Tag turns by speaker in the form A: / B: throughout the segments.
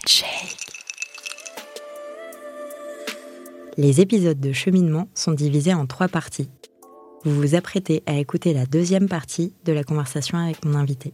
A: Shake. Les épisodes de cheminement sont divisés en 3 parties. Vous vous apprêtez à écouter la 2e partie de la conversation avec mon invité.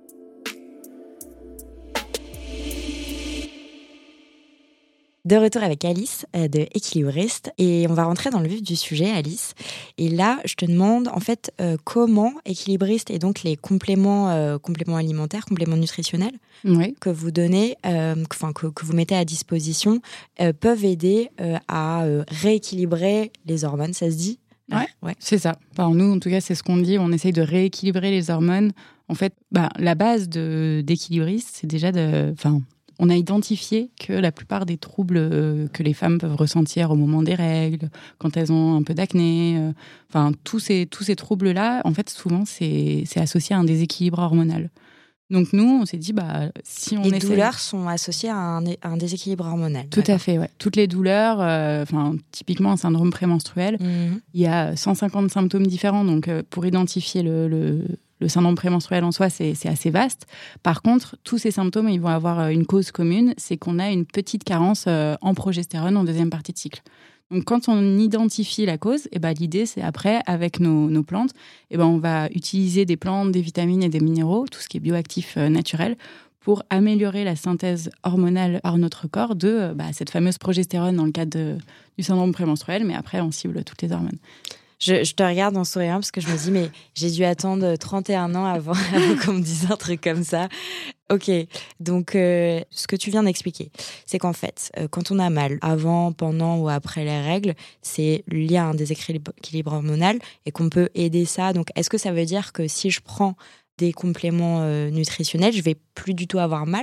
A: De retour avec Alice de Équilibriste et on va rentrer dans le vif du sujet, Alice. Et là, je te demande en fait comment Équilibriste et donc les compléments alimentaires, compléments nutritionnels que vous donnez, que vous mettez à disposition, peuvent aider à rééquilibrer les hormones, ça se dit ?
B: Ouais, c'est ça. Enfin, nous, en tout cas, c'est ce qu'on dit. On essaye de rééquilibrer les hormones. En fait, la base d'Équilibriste, c'est déjà on a identifié que la plupart des troubles que les femmes peuvent ressentir au moment des règles, quand elles ont un peu d'acné, tous ces troubles-là, en fait, souvent, c'est associé à un déséquilibre hormonal. Donc nous, on s'est dit, si on
A: Les douleurs sont associées à un déséquilibre hormonal.
B: Tout à fait, ouais. Toutes les douleurs, typiquement un syndrome prémenstruel, il y a 150 symptômes différents. Donc pour identifier le syndrome prémenstruel en soi, c'est assez vaste. Par contre, tous ces symptômes, ils vont avoir une cause commune, c'est qu'on a une petite carence en progestérone en 2e partie de cycle. Donc, quand on identifie la cause, l'idée, c'est après, avec nos plantes, on va utiliser des plantes, des vitamines et des minéraux, tout ce qui est bioactif naturel, pour améliorer la synthèse hormonale par notre corps de cette fameuse progestérone dans le cadre du syndrome prémenstruel, mais après, on cible toutes les hormones.
A: Je te regarde en souriant parce que je me dis, mais j'ai dû attendre 31 ans avant qu'on me dise un truc comme ça. Ok, donc ce que tu viens d'expliquer, c'est qu'en fait, quand on a mal, avant, pendant ou après les règles, c'est lié à un déséquilibre hormonal et qu'on peut aider ça. Donc, est-ce que ça veut dire que si je prends des compléments nutritionnels, je vais plus du tout avoir mal ?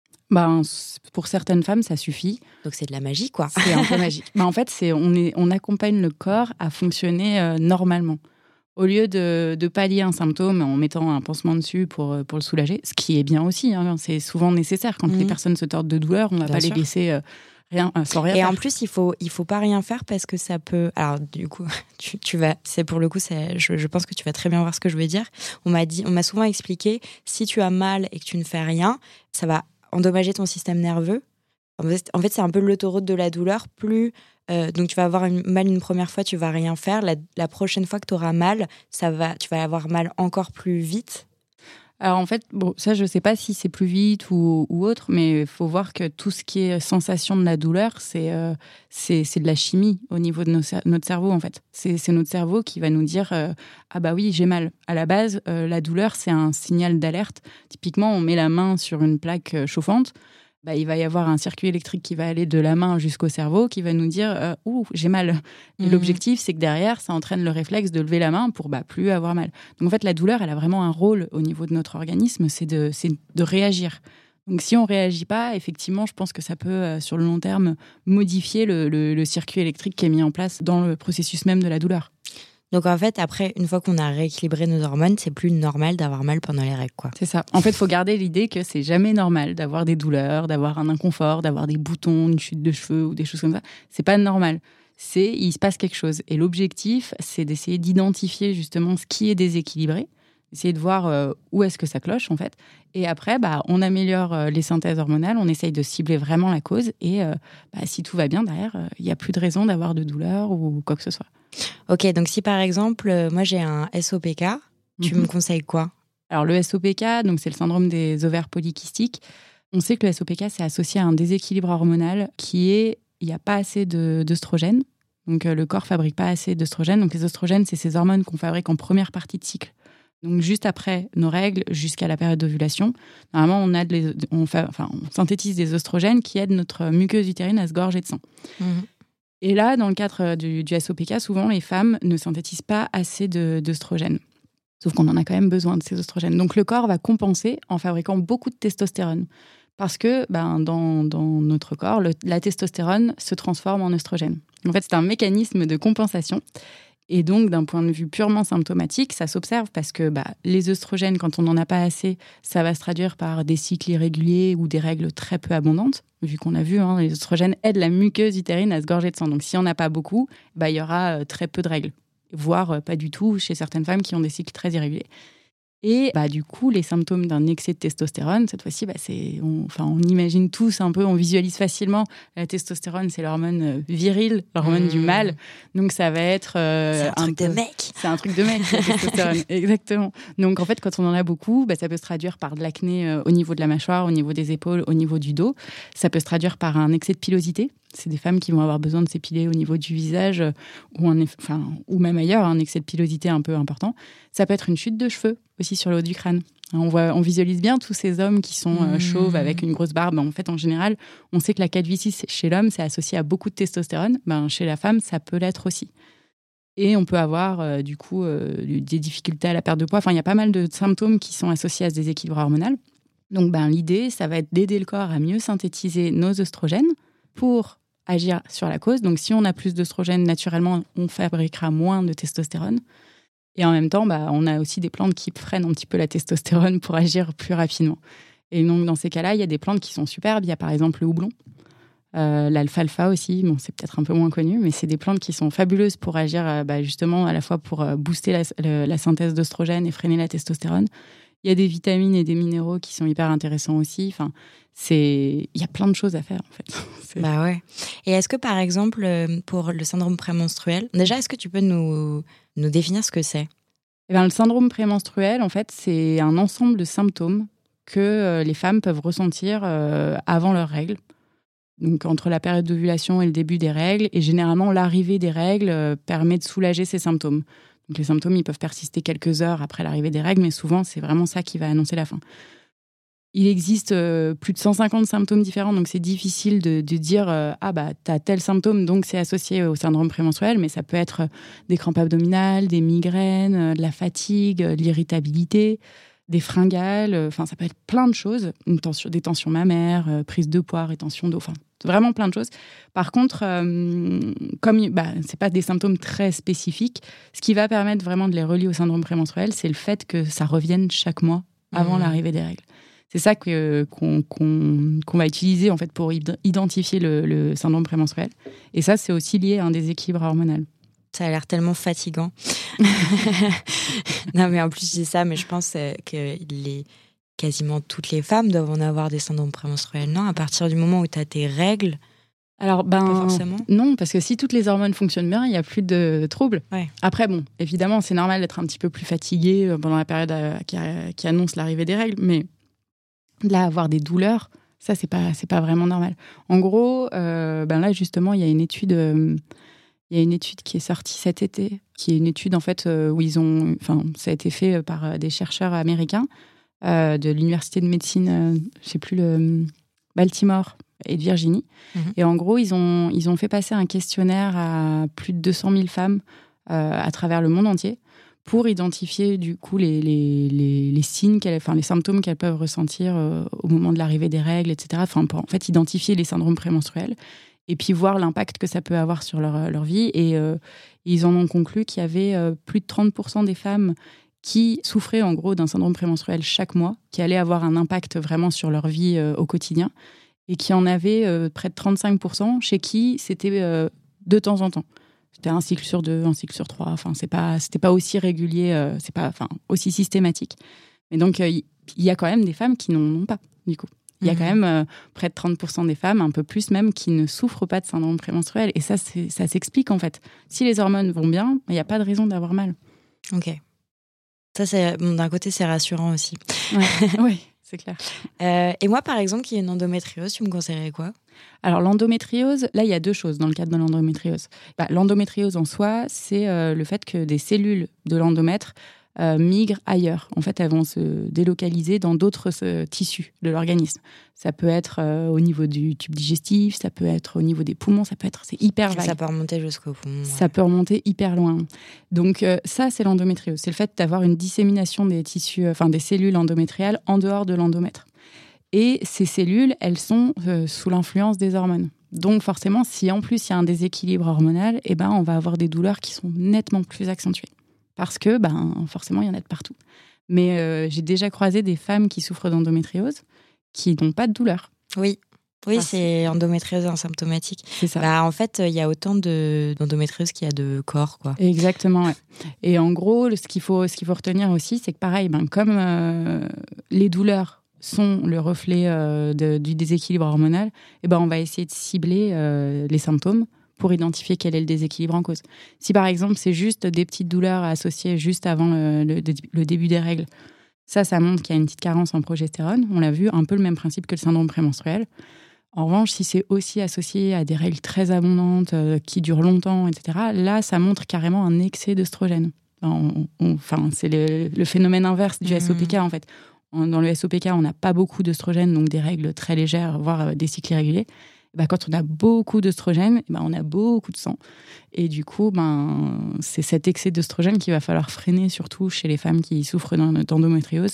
B: Pour certaines femmes, ça suffit.
A: Donc c'est de la magie, quoi.
B: C'est un peu magique. En fait, on accompagne le corps à fonctionner normalement. Au lieu de pallier un symptôme en mettant un pansement dessus pour le soulager, ce qui est bien aussi, hein, c'est souvent nécessaire. Quand les personnes se tordent de douleur, on ne va pas les laisser sans rien faire.
A: Et en plus, il faut pas rien faire parce que ça peut... Alors du coup, tu vas... C'est pour le coup, je pense que tu vas très bien voir ce que je veux dire. On m'a souvent expliqué, si tu as mal et que tu ne fais rien, ça va endommager ton système nerveux. En fait, c'est un peu l'autoroute de la douleur. Donc, tu vas avoir mal une première fois, tu vas rien faire. La prochaine fois que tu auras mal, tu vas avoir mal encore plus vite.
B: Alors en fait, ça je sais pas si c'est plus vite ou autre, mais il faut voir que tout ce qui est sensation de la douleur, c'est de la chimie au niveau de notre cerveau en fait. C'est notre cerveau qui va nous dire oui, j'ai mal. À la base, la douleur c'est un signal d'alerte. Typiquement, on met la main sur une plaque chauffante. Il va y avoir un circuit électrique qui va aller de la main jusqu'au cerveau qui va nous dire « Ouh, j'ai mal ». Et l'objectif, c'est que derrière, ça entraîne le réflexe de lever la main pour plus avoir mal. Donc en fait, la douleur, elle a vraiment un rôle au niveau de notre organisme, c'est de réagir. Donc si on ne réagit pas, effectivement, je pense que ça peut, sur le long terme, modifier le circuit électrique qui est mis en place dans le processus même de la douleur.
A: Donc en fait, après, une fois qu'on a rééquilibré nos hormones, c'est plus normal d'avoir mal pendant les règles, quoi.
B: C'est ça. En fait, il faut garder l'idée que c'est jamais normal d'avoir des douleurs, d'avoir un inconfort, d'avoir des boutons, une chute de cheveux ou des choses comme ça. C'est pas normal. Il se passe quelque chose. Et l'objectif, c'est d'essayer d'identifier justement ce qui est déséquilibré, essayer de voir où est-ce que ça cloche en fait. Et après, on améliore les synthèses hormonales, on essaye de cibler vraiment la cause. Et si tout va bien derrière, il n'y a plus de raison d'avoir de douleur ou quoi que ce soit.
A: Ok, donc si par exemple, moi j'ai un SOPK, tu me conseilles quoi ?
B: Alors le SOPK, donc c'est le syndrome des ovaires polykystiques. On sait que le SOPK, c'est associé à un déséquilibre hormonal il n'y a pas assez d'œstrogène. Donc le corps ne fabrique pas assez d'œstrogène. Donc les œstrogènes, c'est ces hormones qu'on fabrique en première partie de cycle. Donc juste après nos règles, jusqu'à la période d'ovulation, normalement on synthétise des œstrogènes qui aident notre muqueuse utérine à se gorger de sang. Et là, dans le cadre du SOPK, souvent, les femmes ne synthétisent pas assez d'œstrogènes. Sauf qu'on en a quand même besoin de ces œstrogènes. Donc, le corps va compenser en fabriquant beaucoup de testostérone. Parce que dans notre corps, la testostérone se transforme en œstrogène. En fait, c'est un mécanisme de compensation. Et donc, d'un point de vue purement symptomatique, ça s'observe parce que les œstrogènes, quand on n'en a pas assez, ça va se traduire par des cycles irréguliers ou des règles très peu abondantes. Vu qu'on a vu, les œstrogènes aident la muqueuse utérine à se gorger de sang. Donc, si on n'a pas beaucoup, il y aura très peu de règles, voire pas du tout chez certaines femmes qui ont des cycles très irréguliers. Et du coup, les symptômes d'un excès de testostérone, cette fois-ci, on imagine tous un peu, on visualise facilement. La testostérone, c'est l'hormone virile, l'hormone du mâle. Donc, ça va être...
A: c'est un truc de mec.
B: C'est un truc de mec, la testostérone. Exactement. Donc, en fait, quand on en a beaucoup, ça peut se traduire par de l'acné au niveau de la mâchoire, au niveau des épaules, au niveau du dos. Ça peut se traduire par un excès de pilosité. C'est des femmes qui vont avoir besoin de s'épiler au niveau du visage ou même ailleurs, un excès de pilosité un peu important. Ça peut être une chute de cheveux aussi sur le haut du crâne. On visualise bien tous ces hommes qui sont chauves avec une grosse barbe. En fait, en général, on sait que la calvitie chez l'homme, c'est associé à beaucoup de testostérone. Chez la femme, ça peut l'être aussi. Et on peut avoir des difficultés à la perte de poids. Il y a pas mal de symptômes qui sont associés à ce déséquilibre hormonal. Donc, l'idée, ça va être d'aider le corps à mieux synthétiser nos œstrogènes pour agir sur la cause. Donc, si on a plus d'œstrogènes, naturellement, on fabriquera moins de testostérone. Et en même temps, on a aussi des plantes qui freinent un petit peu la testostérone pour agir plus rapidement. Et donc, dans ces cas-là, il y a des plantes qui sont superbes. Il y a par exemple le houblon, l'alfalfa aussi. C'est peut-être un peu moins connu, mais c'est des plantes qui sont fabuleuses pour agir justement à la fois pour booster la synthèse d'œstrogène et freiner la testostérone. Il y a des vitamines et des minéraux qui sont hyper intéressants aussi. Il y a plein de choses à faire, en fait.
A: Ouais. Et est-ce que, par exemple, pour le syndrome prémenstruel, déjà, est-ce que tu peux nous définir ce que c'est ?
B: Le syndrome prémenstruel, en fait, c'est un ensemble de symptômes que les femmes peuvent ressentir avant leurs règles. Donc, entre la période d'ovulation et le début des règles. Et généralement, l'arrivée des règles permet de soulager ces symptômes. Donc, les symptômes, ils peuvent persister quelques heures après l'arrivée des règles, mais souvent, c'est vraiment ça qui va annoncer la fin. Il existe plus de 150 symptômes différents, donc c'est difficile de dire t'as tel symptôme, donc c'est associé au syndrome prémenstruel, mais ça peut être des crampes abdominales, des migraines, de la fatigue, de l'irritabilité, des fringales, ça peut être plein de choses, des tensions mammaires, prise de poids, rétention d'eau, vraiment plein de choses. Par contre, comme c'est pas des symptômes très spécifiques, ce qui va permettre vraiment de les relier au syndrome prémenstruel, c'est le fait que ça revienne chaque mois avant l'arrivée des règles. C'est ça qu'on va utiliser en fait pour identifier le syndrome prémenstruel. Et ça, c'est aussi lié à un déséquilibre hormonal.
A: Ça a l'air tellement fatigant. Non, mais en plus, je dis ça, mais je pense que quasiment toutes les femmes doivent en avoir des syndromes prémenstruels, non ? À partir du moment où tu as tes règles.
B: Alors, pas forcément. Non, parce que si toutes les hormones fonctionnent bien, il n'y a plus de troubles.
A: Ouais.
B: Après, évidemment, c'est normal d'être un petit peu plus fatigué pendant la période qui annonce l'arrivée des règles, mais là, avoir des douleurs, ça, c'est pas vraiment normal. En gros, là, justement, il y a une étude qui est sortie cet été, qui est une étude, en fait, où ça a été fait par des chercheurs américains de l'université de médecine, je sais plus, Baltimore et de Virginie. Mmh. Et en gros, ils ont fait passer un questionnaire à plus de 200 000 femmes à travers le monde entier pour identifier du coup les signes, les symptômes qu'elles peuvent ressentir au moment de l'arrivée des règles, etc. Pour en fait identifier les syndromes prémenstruels et puis voir l'impact que ça peut avoir sur leur vie. Et ils en ont conclu qu'il y avait plus de 30% des femmes qui souffraient en gros d'un syndrome prémenstruel chaque mois, qui allait avoir un impact vraiment sur leur vie au quotidien, et qui en avait près de 35% chez qui c'était de temps en temps. C'était un cycle sur 2, un cycle sur 3. C'était pas aussi régulier, aussi systématique. Mais donc, il y a quand même des femmes qui n'en ont pas, du coup. Il y a quand même près de 30% des femmes, un peu plus même, qui ne souffrent pas de syndrome prémenstruel. Et ça s'explique, en fait. Si les hormones vont bien, il n'y a pas de raison d'avoir mal.
A: Ok. Ça, d'un côté, c'est rassurant aussi.
B: Ouais. Oui, c'est clair.
A: Et moi, par exemple, qui ai une endométriose, tu me conseillerais quoi ?
B: Alors, l'endométriose, là, il y a deux choses dans le cadre de l'endométriose. L'endométriose en soi, c'est le fait que des cellules de l'endomètre migrent ailleurs. En fait, elles vont se délocaliser dans d'autres tissus de l'organisme. Ça peut être au niveau du tube digestif, ça peut être au niveau des poumons, c'est hyper vague.
A: Ça peut remonter jusqu'au poumon. Ouais.
B: Ça peut remonter hyper loin. Donc ça, c'est l'endométriose. C'est le fait d'avoir une dissémination des tissus, des cellules endométriales en dehors de l'endomètre. Et ces cellules, elles sont sous l'influence des hormones. Donc forcément, si en plus il y a un déséquilibre hormonal, on va avoir des douleurs qui sont nettement plus accentuées. Parce que forcément, il y en a de partout. Mais j'ai déjà croisé des femmes qui souffrent d'endométriose qui n'ont pas de douleur.
A: Oui, Oui, c'est endométriose asymptomatique.
B: C'est ça.
A: Bah, en fait, il y a autant d'endométriose qu'il y a de corps, quoi.
B: Exactement, ouais. Et en gros, ce qu'il faut retenir aussi, c'est que pareil, comme les douleurs sont le reflet du déséquilibre hormonal, et on va essayer de cibler les symptômes pour identifier quel est le déséquilibre en cause. Si par exemple, c'est juste des petites douleurs associées juste avant le début des règles, ça montre qu'il y a une petite carence en progestérone. On l'a vu, un peu le même principe que le syndrome prémenstruel. En revanche, si c'est aussi associé à des règles très abondantes, qui durent longtemps, etc., là, ça montre carrément un excès d'œstrogène. C'est le phénomène inverse du SOPK, en fait. Dans le SOPK, on n'a pas beaucoup d'œstrogène, donc des règles très légères, voire des cycles irréguliers. Quand on a beaucoup d'œstrogène, on a beaucoup de sang. Et du coup, c'est cet excès d'œstrogène qu'il va falloir freiner, surtout chez les femmes qui souffrent d'endométriose,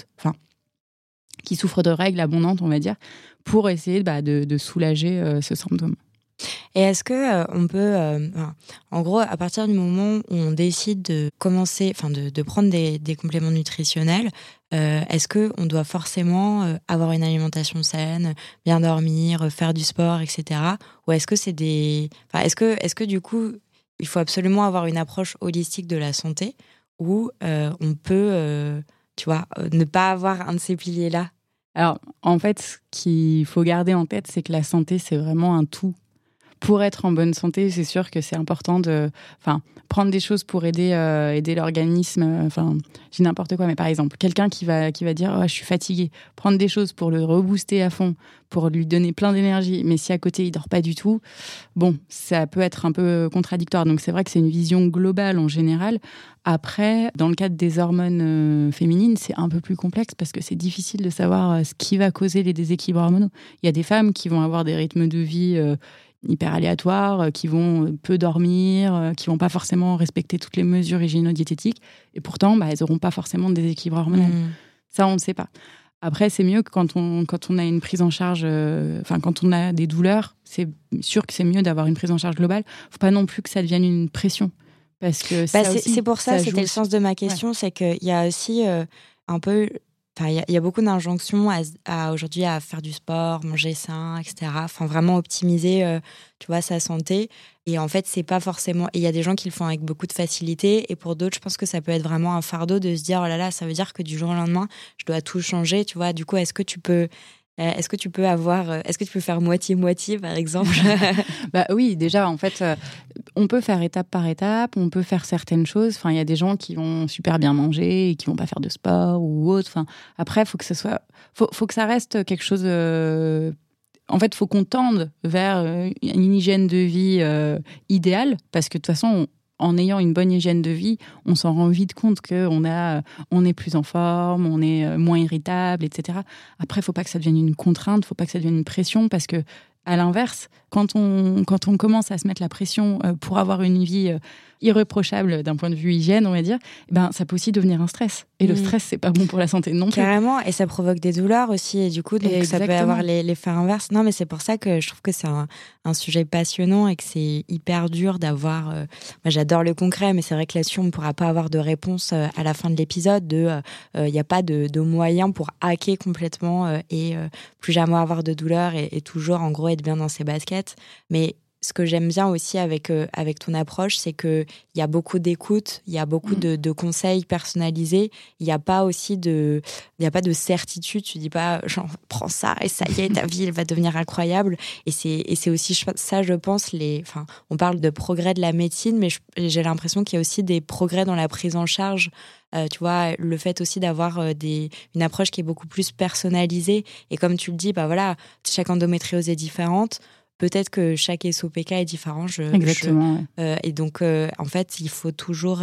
B: qui souffrent de règles abondantes, on va dire, pour essayer de soulager ce symptôme.
A: Et est-ce que on peut, en gros, à partir du moment où on décide de commencer, de prendre des compléments nutritionnels, est-ce que on doit forcément avoir une alimentation saine, bien dormir, faire du sport, etc. Ou est-ce que c'est est-ce que du coup, il faut absolument avoir une approche holistique de la santé, ou on peut, ne pas avoir un de ces piliers-là?
B: Alors, en fait, ce qu'il faut garder en tête, c'est que la santé, c'est vraiment un tout. Pour être en bonne santé, c'est sûr que c'est important de prendre des choses pour aider l'organisme. J'ai n'importe quoi, mais par exemple, quelqu'un qui va dire je suis fatigué, prendre des choses pour le rebooster à fond, pour lui donner plein d'énergie, mais si à côté il dort pas du tout, ça peut être un peu contradictoire. Donc c'est vrai que c'est une vision globale en général. Après, dans le cadre des hormones féminines, c'est un peu plus complexe parce que c'est difficile de savoir ce qui va causer les déséquilibres hormonaux. Il y a des femmes qui vont avoir des rythmes de vie hyper aléatoires, qui vont peu dormir, qui vont pas forcément respecter toutes les mesures hygiéno-diététiques, et pourtant, elles n'auront pas forcément de déséquilibre hormonal. Ça, on ne sait pas. Après, c'est mieux que quand on a une prise en charge, quand on a des douleurs, c'est sûr que c'est mieux d'avoir une prise en charge globale. Faut pas non plus que ça devienne une pression. Parce que
A: c'est pour ça, c'était le sens de ma question, c'est qu'il y a aussi un peu... il y a beaucoup d'injonctions aujourd'hui à faire du sport, manger sain, etc. Vraiment optimiser, sa santé. Et en fait, c'est pas forcément... Il y a des gens qui le font avec beaucoup de facilité. Et pour d'autres, je pense que ça peut être vraiment un fardeau de se dire, oh là là, ça veut dire que du jour au lendemain, je dois tout changer, tu vois. Du coup, est-ce que tu peux faire moitié-moitié, par exemple?
B: Oui, déjà, en fait, on peut faire étape par étape, on peut faire certaines choses. Il y a des gens qui vont super bien manger et qui vont pas faire de sport ou autre. Après, faut que ça reste quelque chose... En fait, faut qu'on tende vers une hygiène de vie idéale, parce que de toute façon, en ayant une bonne hygiène de vie, on s'en rend vite compte qu'on est plus en forme, on est moins irritable, etc. Après, il faut pas que ça devienne une contrainte, il faut pas que ça devienne une pression, parce que à l'inverse, quand on commence à se mettre la pression pour avoir une vie irréprochable d'un point de vue hygiène, on va dire, ça peut aussi devenir un stress. Et le stress, c'est pas bon pour la santé non plus.
A: Carrément, et ça provoque des douleurs aussi, et du coup, ça peut avoir l'effet inverse. Non, mais c'est pour ça que je trouve que c'est un sujet passionnant et que c'est hyper dur d'avoir... Moi, j'adore le concret, mais c'est vrai que là-dessus, on ne pourra pas avoir de réponse à la fin de l'épisode il n'y a pas de moyen pour hacker complètement et plus jamais avoir de douleurs et toujours, en gros, être bien dans ses baskets. Mais ce que j'aime bien aussi avec ton approche, c'est qu'il y a beaucoup d'écoute, il y a beaucoup de conseils personnalisés. Il n'y a pas de certitude. Tu dis pas, genre, prends ça et ça y est, ta vie, elle va devenir incroyable. Et c'est aussi ça, je pense, on parle de progrès de la médecine, mais j'ai l'impression qu'il y a aussi des progrès dans la prise en charge. Tu vois, le fait aussi d'avoir une approche qui est beaucoup plus personnalisée. Et comme tu le dis, chaque endométriose est différente. Peut-être que chaque SOPK est différent.
B: Exactement.
A: Et donc, en fait, il faut toujours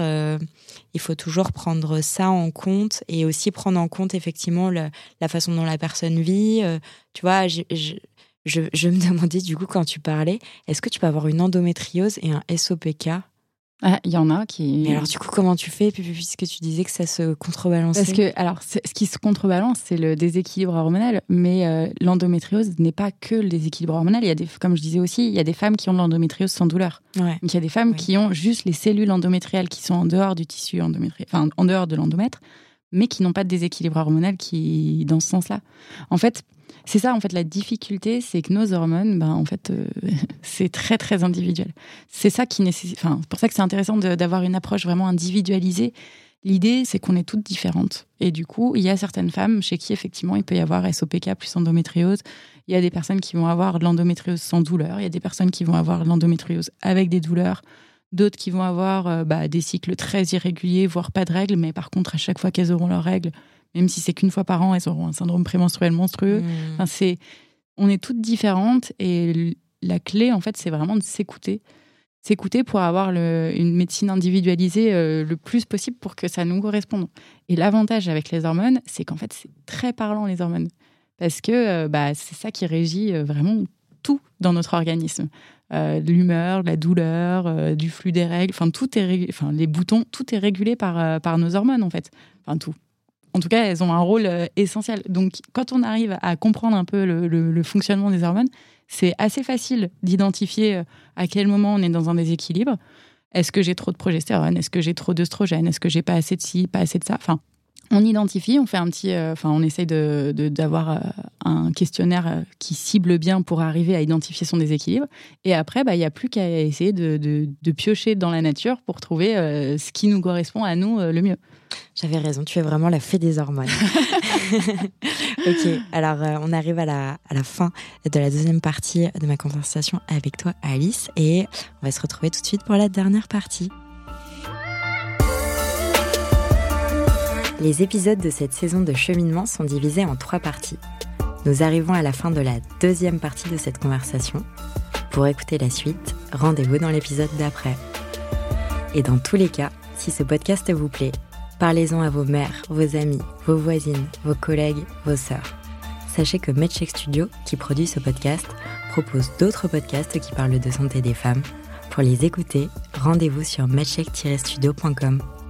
A: prendre ça en compte, et aussi prendre en compte effectivement la façon dont la personne vit. Tu vois, je me demandais du coup, quand tu parlais, est-ce que tu peux avoir une endométriose et un SOPK?
B: Il y en a qui...
A: Mais alors, du coup, comment tu fais, puisque tu disais que ça se contrebalançait?
B: Parce que, ce qui se contrebalance, c'est le déséquilibre hormonal, mais l'endométriose n'est pas que le déséquilibre hormonal. Comme je disais aussi, il y a des femmes qui ont de l'endométriose sans douleur.
A: Ouais.
B: Donc, il y a des femmes qui ont juste les cellules endométriales qui sont en dehors du tissu endométrial, en dehors de l'endomètre, mais qui n'ont pas de déséquilibre hormonal dans ce sens-là. En fait, C'est ça, en fait, la difficulté, c'est que nos hormones, en fait, c'est très, très individuel. C'est ça qui nécessite... Enfin, c'est pour ça que c'est intéressant d'avoir une approche vraiment individualisée. L'idée, c'est qu'on est toutes différentes. Et du coup, il y a certaines femmes chez qui, effectivement, il peut y avoir SOPK plus endométriose. Il y a des personnes qui vont avoir de l'endométriose sans douleur. Il y a des personnes qui vont avoir de l'endométriose avec des douleurs. D'autres qui vont avoir des cycles très irréguliers, voire pas de règles. Mais par contre, à chaque fois qu'elles auront leurs règles, même si c'est qu'une fois par an, elles auront un syndrome prémenstruel monstrueux. Enfin, on est toutes différentes. Et la clé, en fait, c'est vraiment de s'écouter. S'écouter pour avoir une médecine individualisée le plus possible pour que ça nous corresponde. Et l'avantage avec les hormones, c'est qu'en fait, c'est très parlant, les hormones. Parce que c'est ça qui régit vraiment tout dans notre organisme. L'humeur, la douleur, du flux des règles, les boutons, tout est régulé par nos hormones, en fait. Enfin, tout. En tout cas, elles ont un rôle essentiel. Donc, quand on arrive à comprendre un peu le fonctionnement des hormones, c'est assez facile d'identifier à quel moment on est dans un déséquilibre. Est-ce que j'ai trop de progestérone ? Est-ce que j'ai trop d'œstrogène ? Est-ce que j'ai pas assez de ci, pas assez de ça ? Enfin, on identifie, on fait un petit... on essaye d'avoir un questionnaire qui cible bien pour arriver à identifier son déséquilibre. Et après, il n'y a plus qu'à essayer de piocher dans la nature pour trouver ce qui nous correspond à nous le mieux.
A: J'avais raison, tu es vraiment la fée des hormones. Ok, alors on arrive à la fin de la deuxième partie de ma conversation avec toi, Alice, et on va se retrouver tout de suite pour la dernière partie. Les épisodes de cette saison de cheminement sont divisés en 3 parties. Nous arrivons à la fin de la deuxième partie de cette conversation. Pour écouter la suite, rendez-vous dans l'épisode d'après. Et dans tous les cas, si ce podcast vous plaît, parlez-en à vos mères, vos amis, vos voisines, vos collègues, vos sœurs. Sachez que MedCheck Studio, qui produit ce podcast, propose d'autres podcasts qui parlent de santé des femmes. Pour les écouter, rendez-vous sur medcheck-studio.com.